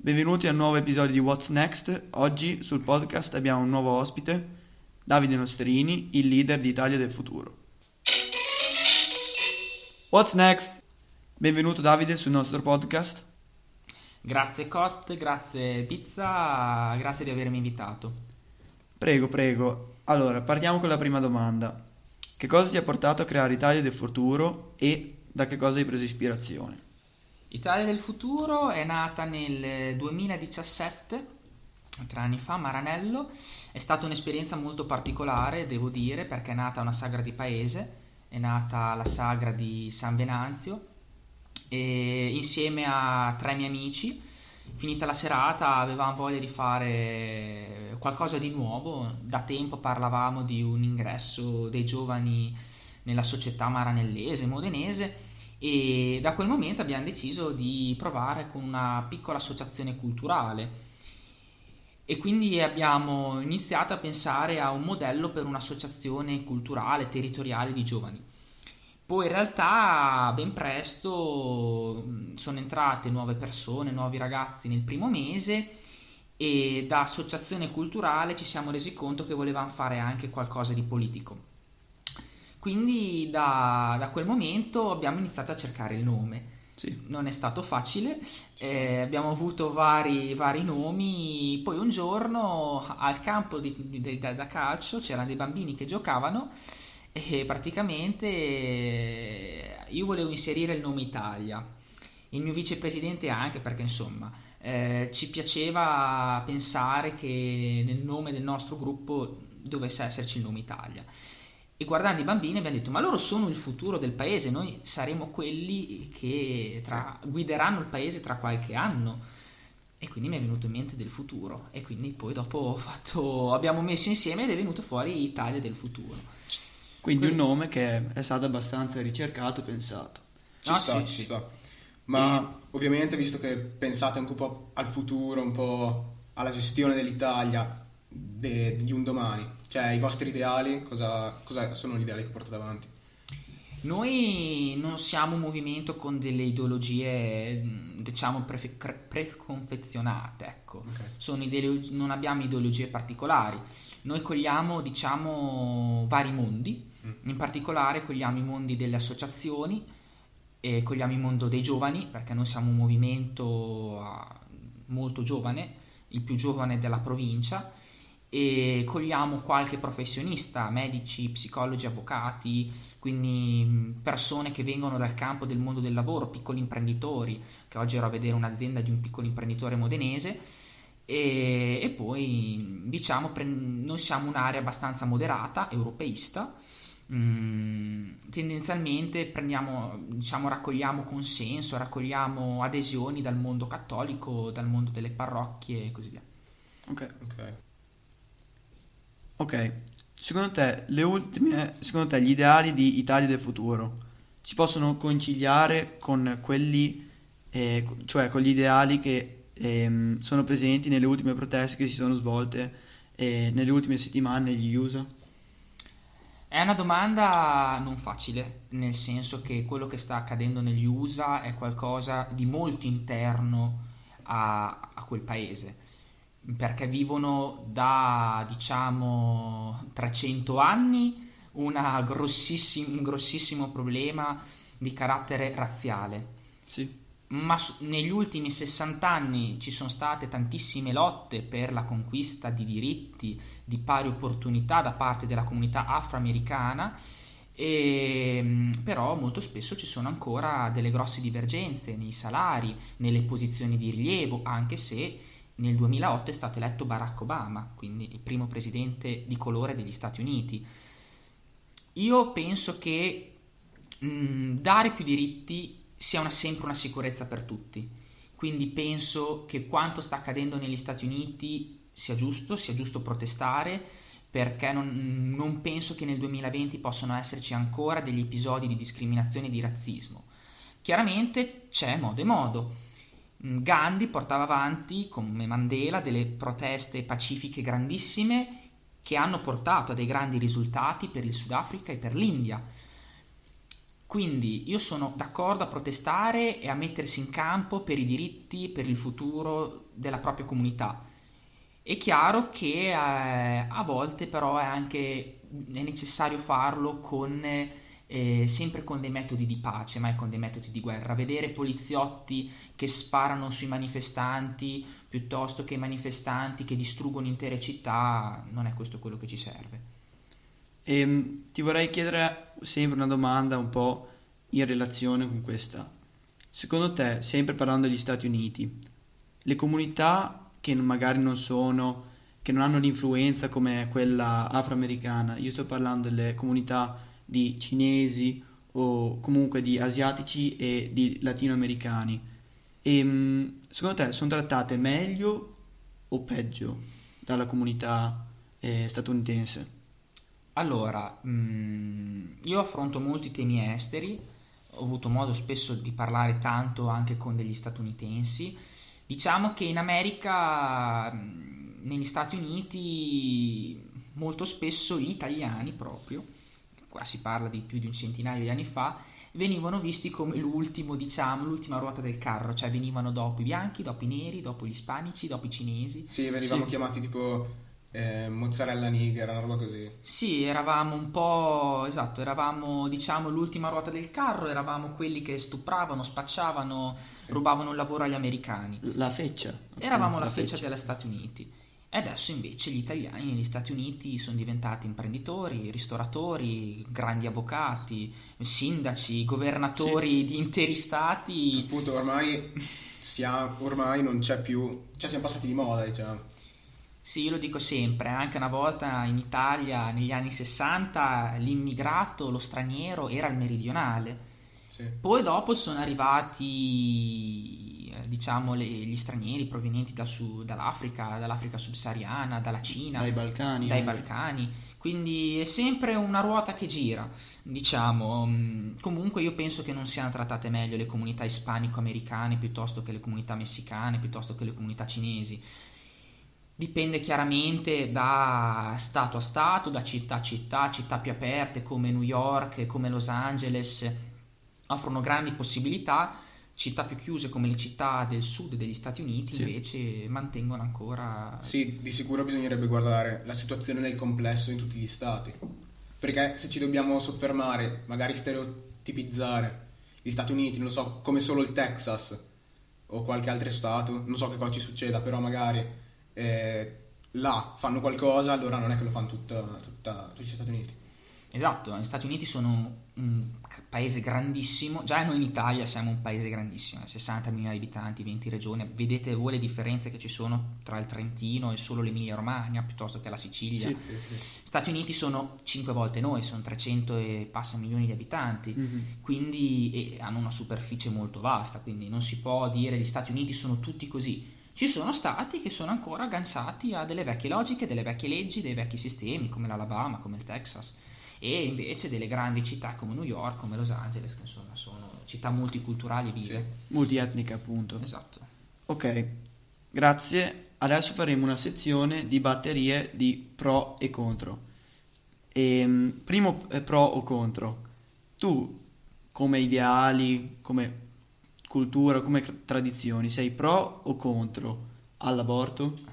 benvenuti a un nuovo episodio di What's Next. Oggi sul podcast abbiamo un nuovo ospite, Davide Nostrini, il leader di Italia del Futuro. What's Next? Benvenuto Davide sul nostro podcast. Grazie Cot, grazie Pizza, grazie di avermi invitato. Prego. Allora, partiamo con la prima domanda. Che cosa ti ha portato a creare Italia del Futuro e da che cosa hai preso ispirazione? Italia del Futuro è nata nel 2017, 3 anni fa, a Maranello. È stata un'esperienza molto particolare, devo dire, perché è nata una sagra di paese, è nata la sagra di San Venanzio, e insieme a 3 miei amici, finita la serata, avevamo voglia di fare qualcosa di nuovo. Da tempo parlavamo di un ingresso dei giovani nella società maranellese, modenese, e da quel momento abbiamo deciso di provare con una piccola associazione culturale e quindi abbiamo iniziato a pensare a un modello per un'associazione culturale territoriale di giovani. Poi in realtà ben presto sono entrate nuove persone, nuovi ragazzi nel primo mese, e da associazione culturale ci siamo resi conto che volevamo fare anche qualcosa di politico. Quindi da quel momento abbiamo iniziato a cercare il nome. Sì. Non è stato facile, abbiamo avuto vari nomi. Poi un giorno al campo da calcio c'erano dei bambini che giocavano e praticamente io volevo inserire il nome Italia, il mio vicepresidente anche, perché insomma ci piaceva pensare che nel nome del nostro gruppo dovesse esserci il nome Italia. E guardando i bambini abbiamo detto: ma loro sono il futuro del paese, noi saremo quelli che guideranno il paese tra qualche anno. E quindi mi è venuto in mente del futuro, e quindi poi dopo abbiamo messo insieme ed è venuto fuori Italia del Futuro. Quindi un nome che è stato abbastanza ricercato e pensato. Ci sta. Ma ovviamente, visto che pensate anche un po' al futuro, un po' alla gestione dell'Italia di un domani, cioè i vostri ideali, cosa sono gli ideali che portate avanti? Noi non siamo un movimento con delle ideologie, diciamo, preconfezionate, ecco. Okay. Non abbiamo ideologie particolari. Noi cogliamo, diciamo, vari mondi. In particolare cogliamo i mondi delle associazioni e cogliamo il mondo dei giovani, perché noi siamo un movimento molto giovane, il più giovane della provincia, e cogliamo qualche professionista, medici, psicologi, avvocati, quindi persone che vengono dal campo del mondo del lavoro, piccoli imprenditori, che oggi ero a vedere un'azienda di un piccolo imprenditore modenese, e poi diciamo noi siamo un'area abbastanza moderata, europeista. Tendenzialmente raccogliamo consenso, raccogliamo adesioni dal mondo cattolico, dal mondo delle parrocchie e così via. Ok, secondo te gli ideali di Italia del Futuro si possono conciliare con quelli, cioè con gli ideali che sono presenti nelle ultime proteste che si sono svolte nelle ultime settimane negli USA? È una domanda non facile, nel senso che quello che sta accadendo negli USA è qualcosa di molto interno a quel paese, perché vivono da, diciamo, 300 anni un grossissimo problema di carattere razziale. Sì. Ma negli ultimi 60 anni ci sono state tantissime lotte per la conquista di diritti di pari opportunità da parte della comunità afroamericana, però molto spesso ci sono ancora delle grosse divergenze nei salari, nelle posizioni di rilievo, anche se nel 2008 è stato eletto Barack Obama, quindi il primo presidente di colore degli Stati Uniti. Io penso che dare più diritti sia sempre una sicurezza per tutti, quindi penso che quanto sta accadendo negli Stati Uniti sia giusto protestare, perché non penso che nel 2020 possano esserci ancora degli episodi di discriminazione e di razzismo. Chiaramente c'è modo e modo. Gandhi portava avanti, come Mandela, delle proteste pacifiche grandissime che hanno portato a dei grandi risultati per il Sudafrica e per l'India. Quindi io sono d'accordo a protestare e a mettersi in campo per i diritti, per il futuro della propria comunità. È chiaro che a volte però è necessario farlo sempre con dei metodi di pace, mai con dei metodi di guerra. Vedere poliziotti che sparano sui manifestanti piuttosto che manifestanti che distruggono intere città, non è questo quello che ci serve. Ti vorrei chiedere sempre una domanda un po' in relazione con questa. Secondo te, sempre parlando degli Stati Uniti, le comunità che magari che non hanno l'influenza come quella afroamericana, io sto parlando delle comunità di cinesi o comunque di asiatici e di latinoamericani, secondo te sono trattate meglio o peggio dalla comunità statunitense? Allora, io affronto molti temi esteri, ho avuto modo spesso di parlare tanto anche con degli statunitensi. Diciamo che in America, negli Stati Uniti, molto spesso gli italiani proprio, qua si parla di più di un centinaio di anni fa, venivano visti come l'ultima ruota del carro, cioè venivano dopo i bianchi, dopo i neri, dopo gli ispanici, dopo i cinesi. Sì, venivamo chiamati tipo mozzarella nigger, una roba così. Sì, eravamo un po', esatto, eravamo diciamo l'ultima ruota del carro, eravamo quelli che stupravano, spacciavano, rubavano il lavoro agli americani. La feccia. Eravamo la feccia degli Stati Uniti. E adesso invece gli italiani negli Stati Uniti sono diventati imprenditori, ristoratori, grandi avvocati, sindaci, governatori di interi stati. Appunto, ormai non c'è più, cioè siamo passati di moda, diciamo. Sì, io lo dico sempre, anche una volta in Italia negli anni 60 l'immigrato, lo straniero era il meridionale. Sì. Poi dopo sono arrivati, diciamo, gli stranieri provenienti dall'Africa subsahariana, dalla Cina, dai Balcani. Quindi è sempre una ruota che gira, diciamo. Comunque io penso che non siano trattate meglio le comunità ispanico-americane piuttosto che le comunità messicane, piuttosto che le comunità cinesi. Dipende chiaramente da stato a stato, da città a città più aperte come New York, come Los Angeles offrono grandi possibilità, città più chiuse come le città del sud degli Stati Uniti invece mantengono ancora... Sì, di sicuro bisognerebbe guardare la situazione nel complesso in tutti gli stati, perché se ci dobbiamo soffermare, magari stereotipizzare gli Stati Uniti, non lo so, come solo il Texas o qualche altro stato, non so che cosa ci succeda, però magari... là fanno qualcosa, allora non è che lo fanno tutti gli Stati Uniti. Esatto, gli Stati Uniti sono un paese grandissimo, già noi in Italia siamo un paese grandissimo, 60 milioni di abitanti, 20 regioni, vedete voi le differenze che ci sono tra il Trentino e solo l'Emilia Romagna piuttosto che la Sicilia. Sì. Stati Uniti sono 5 volte noi, sono 300 e passa milioni di abitanti, quindi hanno una superficie molto vasta, quindi non si può dire gli Stati Uniti sono tutti così. Ci sono stati che sono ancora agganciati a delle vecchie logiche, delle vecchie leggi, dei vecchi sistemi come l'Alabama, come il Texas, e invece delle grandi città come New York, come Los Angeles, che insomma sono città multiculturali vive. Sì. Multietniche appunto. Esatto. Ok, grazie. Adesso faremo una sezione di batterie di pro e contro. Primo pro o contro. Tu come ideali, come cultura, come tradizioni, sei pro o contro all'aborto?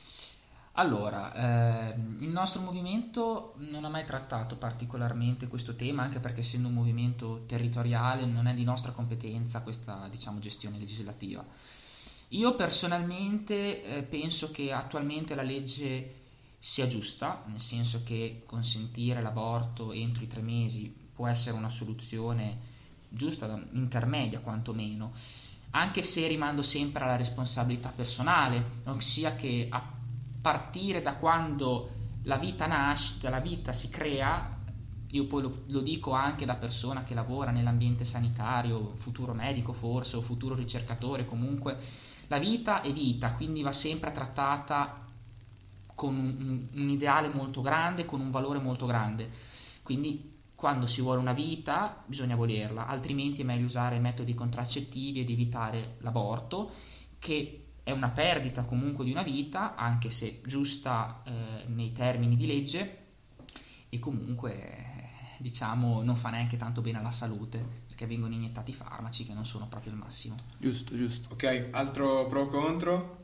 Allora, il nostro movimento non ha mai trattato particolarmente questo tema, anche perché essendo un movimento territoriale non è di nostra competenza questa, diciamo, gestione legislativa. Io personalmente penso che attualmente la legge sia giusta, nel senso che consentire l'aborto entro i 3 mesi può essere una soluzione giusta, intermedia quantomeno, anche se rimando sempre alla responsabilità personale, ossia che a partire da quando la vita nasce, la vita si crea, io poi lo dico anche da persona che lavora nell'ambiente sanitario, futuro medico forse, o futuro ricercatore, comunque la vita è vita, quindi va sempre trattata con un ideale molto grande, con un valore molto grande, quindi quando si vuole una vita bisogna volerla, altrimenti è meglio usare metodi contraccettivi ed evitare l'aborto, che è una perdita comunque di una vita, anche se giusta nei termini di legge, e comunque diciamo non fa neanche tanto bene alla salute, perché vengono iniettati farmaci che non sono proprio il massimo. Giusto, giusto. Ok, altro pro o contro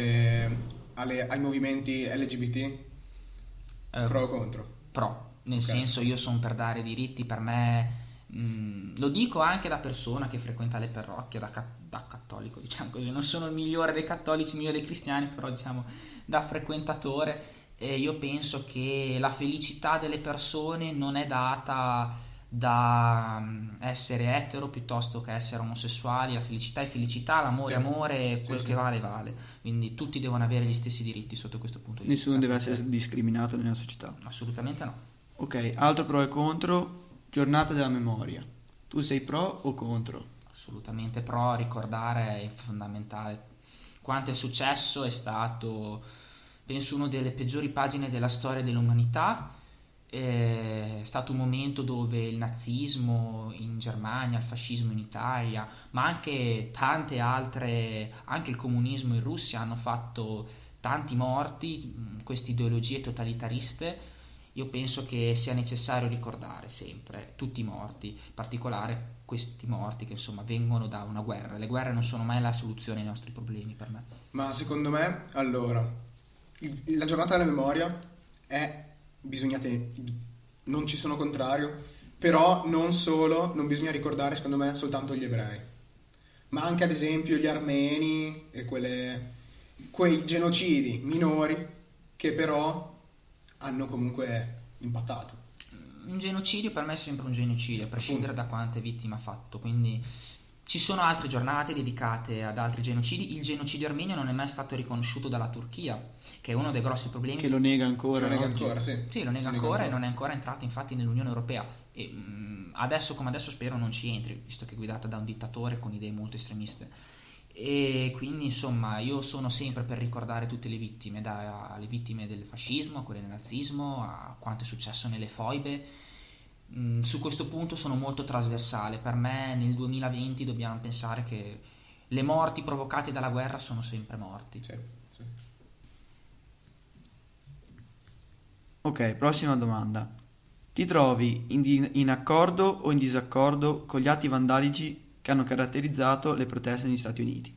ai movimenti LGBT, pro o contro? Pro, nel Ok. senso, io sono per dare diritti. Per me, lo dico anche da persona che frequenta le parrocchie, da cattolico, diciamo così. Non sono il migliore dei cattolici, il migliore dei cristiani, però diciamo da frequentatore, io penso che la felicità delle persone non è data da essere etero piuttosto che essere omosessuali. La felicità è felicità, l'amore è Sì. amore, quel Sì, che sì. vale vale. Quindi tutti devono avere gli stessi diritti sotto questo punto di vista. Nessuno deve essere discriminato nella società. Assolutamente no. Ok, altro pro e contro, giornata della memoria. Tu sei pro o contro? Assolutamente pro, ricordare è fondamentale. Quanto è successo è stato, penso, una delle peggiori pagine della storia dell'umanità. È stato un momento dove il nazismo in Germania, il fascismo in Italia, ma anche tante altre, anche il comunismo in Russia hanno fatto tanti morti, queste ideologie totalitariste. Io penso che sia necessario ricordare sempre tutti i morti, in particolare questi morti che insomma vengono da una guerra. Le guerre non sono mai la soluzione ai nostri problemi, per me. Ma secondo me, allora, la giornata della memoria è, non ci sono contrario, però non bisogna ricordare, secondo me, soltanto gli ebrei, ma anche ad esempio gli armeni e quei genocidi minori che però hanno comunque impattato. Un genocidio per me è sempre un genocidio, a prescindere da quante vittime ha fatto. Quindi ci sono altre giornate dedicate ad altri genocidi. Il genocidio armenio non è mai stato riconosciuto dalla Turchia, che è uno dei grossi problemi. Che lo nega ancora Lo nega oggi. ancora, sì. Sì, lo nega ancora e non è ancora entrato infatti nell'Unione Europea. E adesso come adesso spero non ci entri, visto che è guidata da un dittatore con idee molto estremiste. E quindi insomma io sono sempre per ricordare tutte le vittime, dalle vittime del fascismo a quelle del nazismo, a quanto è successo nelle foibe. Su questo punto sono molto trasversale. Per me nel 2020 dobbiamo pensare che le morti provocate dalla guerra sono sempre morti. Sì, sì. Ok, prossima domanda. Ti trovi in accordo o in disaccordo con gli atti vandalici che hanno caratterizzato le proteste negli Stati Uniti?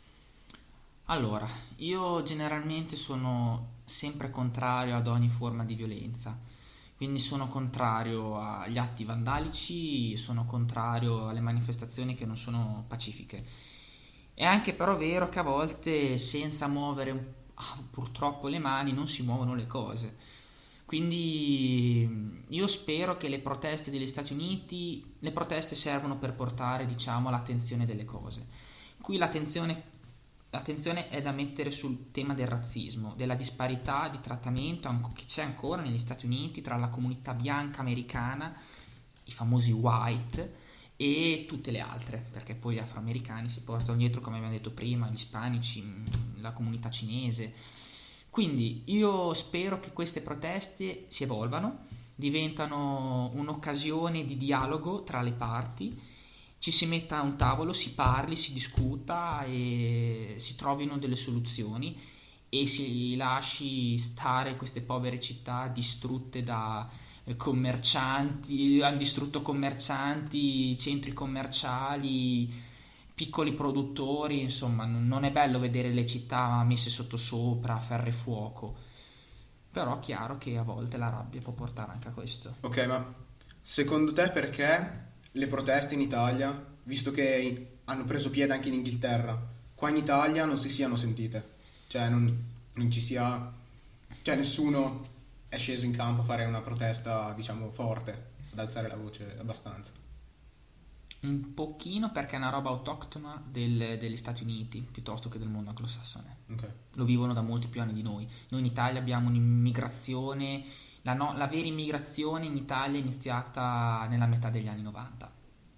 Allora, io generalmente sono sempre contrario ad ogni forma di violenza, quindi sono contrario agli atti vandalici, sono contrario alle manifestazioni che non sono pacifiche. È anche però vero che a volte senza muovere purtroppo le mani non si muovono le cose. Quindi io spero che le proteste degli Stati Uniti, le proteste servono per portare, diciamo, l'attenzione delle cose. Qui l'attenzione è da mettere sul tema del razzismo, della disparità di trattamento che c'è ancora negli Stati Uniti tra la comunità bianca americana, i famosi white, e tutte le altre, perché poi gli afroamericani si portano dietro, come abbiamo detto prima, gli ispanici, la comunità cinese. Quindi io spero che queste proteste si evolvano, diventano un'occasione di dialogo tra le parti, ci si metta a un tavolo, si parli, si discuta e si trovino delle soluzioni e si lasci stare queste povere città distrutte da commercianti, hanno distrutto commercianti, centri commerciali, piccoli produttori. Insomma non è bello vedere le città messe sottosopra, ferro e fuoco, però è chiaro che a volte la rabbia può portare anche a questo. Ok, ma secondo te perché le proteste in Italia, visto che hanno preso piede anche in Inghilterra, qua in Italia non si siano sentite? Cioè non ci sia... Cioè nessuno è sceso in campo a fare una protesta, diciamo, forte, ad alzare la voce abbastanza. Un pochino perché è una roba autoctona degli Stati Uniti piuttosto che del mondo anglosassone. Ok. Lo vivono da molti più anni di noi. Noi in Italia abbiamo un'immigrazione, la vera immigrazione in Italia è iniziata nella metà degli anni 90,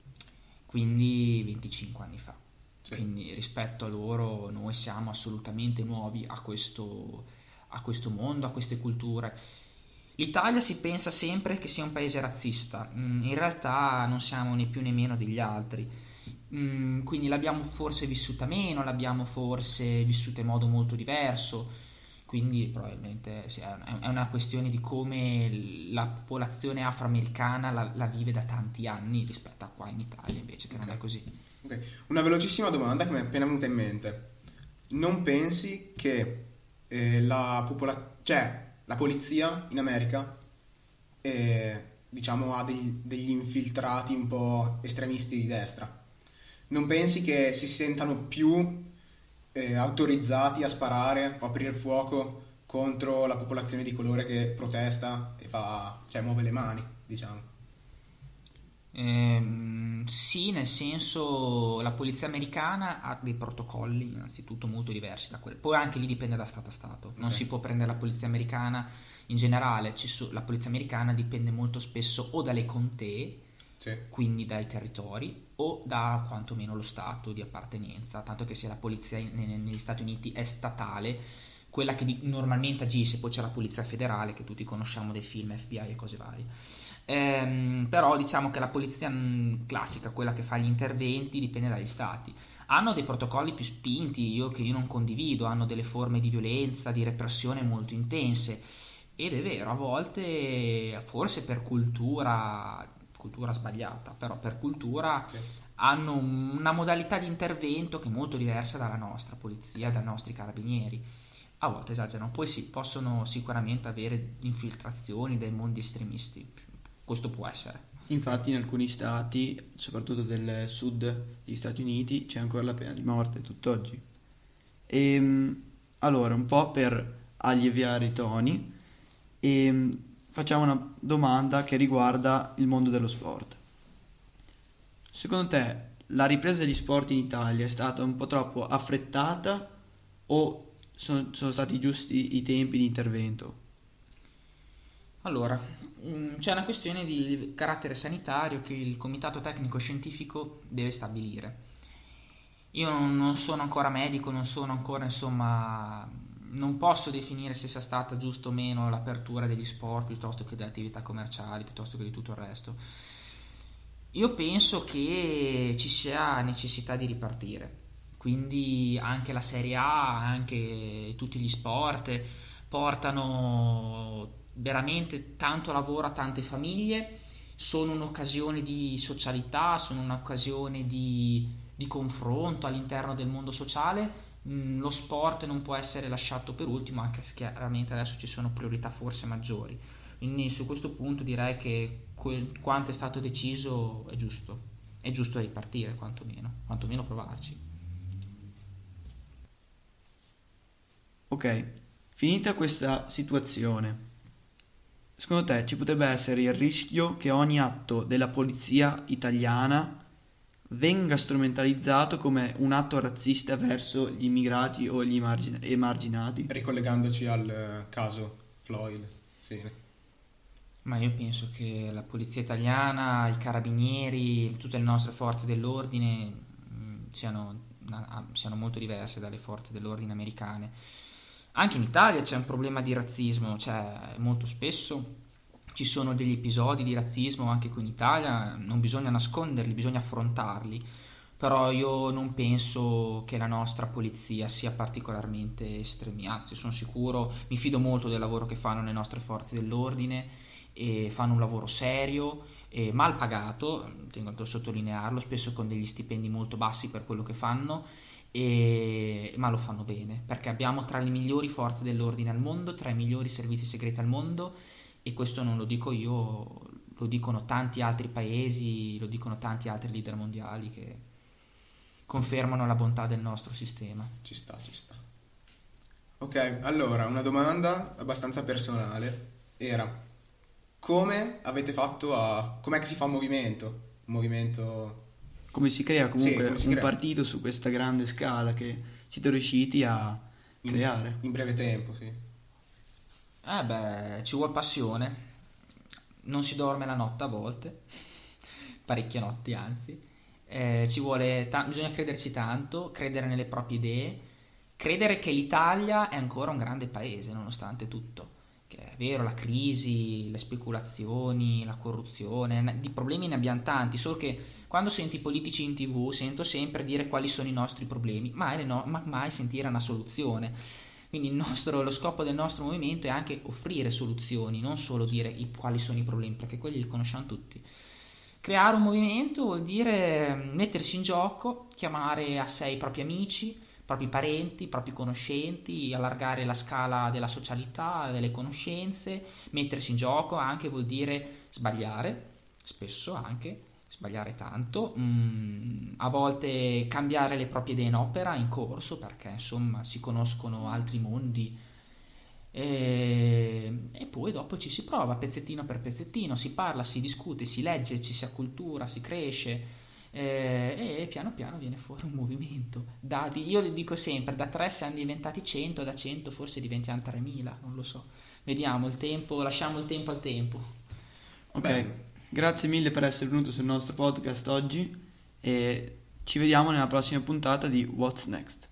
quindi 25 anni fa. Sì. Quindi rispetto a loro noi siamo assolutamente nuovi a questo mondo, a queste culture. L'Italia si pensa sempre che sia un paese razzista, in realtà non siamo né più né meno degli altri, quindi l'abbiamo forse vissuta meno, l'abbiamo forse vissuta in modo molto diverso, quindi probabilmente sì, è una questione di come la popolazione afroamericana la vive da tanti anni rispetto a qua in Italia invece, che non è così. Ok. Una velocissima domanda che mi è appena venuta in mente. Non pensi che la polizia in America diciamo ha degli infiltrati un po' estremisti di destra? Non pensi che si sentano più autorizzati a sparare o aprire il fuoco contro la popolazione di colore che protesta e muove le mani, diciamo? Sì, nel senso la polizia americana ha dei protocolli innanzitutto molto diversi da quelli, poi anche lì dipende da stato a stato, non si può prendere la polizia americana in generale, la polizia americana dipende molto spesso o dalle contee, Sì. quindi dai territori, o da quantomeno lo stato di appartenenza, tanto che se la polizia negli Stati Uniti è statale, quella che normalmente agisce, poi c'è la polizia federale che tutti conosciamo dai film FBI e cose varie. Però diciamo che la polizia classica, quella che fa gli interventi, dipende dagli stati. Hanno dei protocolli più spinti, che io non condivido, hanno delle forme di violenza, di repressione molto intense, ed è vero, a volte forse per cultura sbagliata, però per cultura Sì. hanno una modalità di intervento che è molto diversa dalla nostra polizia, dai nostri carabinieri. A volte esagerano, poi sì, possono sicuramente avere infiltrazioni dai mondi estremisti, questo può essere. Infatti in alcuni stati, soprattutto del sud degli Stati Uniti, c'è ancora la pena di morte tutt'oggi. Allora, un po' per alleviare i toni, facciamo una domanda che riguarda il mondo dello sport. Secondo te la ripresa degli sport in Italia è stata un po' troppo affrettata o sono stati giusti i tempi di intervento? Allora, c'è una questione di carattere sanitario che il comitato tecnico scientifico deve stabilire. Io non sono ancora medico, non sono ancora, insomma, non posso definire se sia stata giusta o meno l'apertura degli sport piuttosto che delle attività commerciali, piuttosto che di tutto il resto. Io penso che ci sia necessità di ripartire, quindi anche la Serie A, anche tutti gli sport portano veramente tanto lavoro a tante famiglie, sono un'occasione di socialità, sono un'occasione di confronto all'interno del mondo sociale. Lo sport non può essere lasciato per ultimo, anche se chiaramente adesso ci sono priorità forse maggiori. Quindi su questo punto direi che quanto è stato deciso è giusto ripartire quantomeno provarci. Ok, finita questa situazione, secondo te ci potrebbe essere il rischio che ogni atto della polizia italiana venga strumentalizzato come un atto razzista verso gli immigrati o gli emarginati? Ricollegandoci al caso Floyd, sì. Ma io penso che la polizia italiana, i carabinieri, tutte le nostre forze dell'ordine siano molto diverse dalle forze dell'ordine americane. Anche in Italia c'è un problema di razzismo, cioè molto spesso ci sono degli episodi di razzismo anche qui in Italia, non bisogna nasconderli, bisogna affrontarli, però io non penso che la nostra polizia sia particolarmente estrema, anzi sono sicuro, mi fido molto del lavoro che fanno le nostre forze dell'ordine e fanno un lavoro serio e mal pagato, tengo a sottolinearlo, spesso con degli stipendi molto bassi per quello che fanno, ma lo fanno bene perché abbiamo tra le migliori forze dell'ordine al mondo, tra i migliori servizi segreti al mondo, e questo non lo dico io, lo dicono tanti altri paesi, lo dicono tanti altri leader mondiali che confermano la bontà del nostro sistema. Ci sta. Ok, allora una domanda abbastanza personale era: come avete fatto com'è che si fa un movimento? Un movimento... Come si crea comunque come si un crea? partito su questa grande scala che siete riusciti a creare? In breve tempo, sì. Ci vuole passione, non si dorme la notte a volte, parecchie notti anzi, ci vuole bisogna crederci tanto, credere nelle proprie idee, credere che l'Italia è ancora un grande paese nonostante tutto, che è vero, la crisi, le speculazioni, la corruzione, di problemi ne abbiamo tanti, solo che quando sento i politici in TV sento sempre dire quali sono i nostri problemi, mai sentire una soluzione. Quindi lo scopo del nostro movimento è anche offrire soluzioni, non solo dire quali sono i problemi, perché quelli li conosciamo tutti. Creare un movimento vuol dire mettersi in gioco, chiamare a sé i propri amici, i propri parenti, i propri conoscenti, allargare la scala della socialità, delle conoscenze. Mettersi in gioco anche vuol dire sbagliare, spesso anche, sbagliare tanto, a volte cambiare le proprie idee in opera, in corso, perché insomma si conoscono altri mondi e poi dopo ci si prova pezzettino per pezzettino, si parla, si discute, si legge, ci si accultura, si cresce e piano piano viene fuori un movimento. Io le dico sempre, da 3 siamo diventati 100, da 100 forse diventiamo 3000, non lo so. Vediamo il tempo, lasciamo il tempo al tempo. Ok. Bene. Grazie mille per essere venuto sul nostro podcast oggi e ci vediamo nella prossima puntata di What's Next.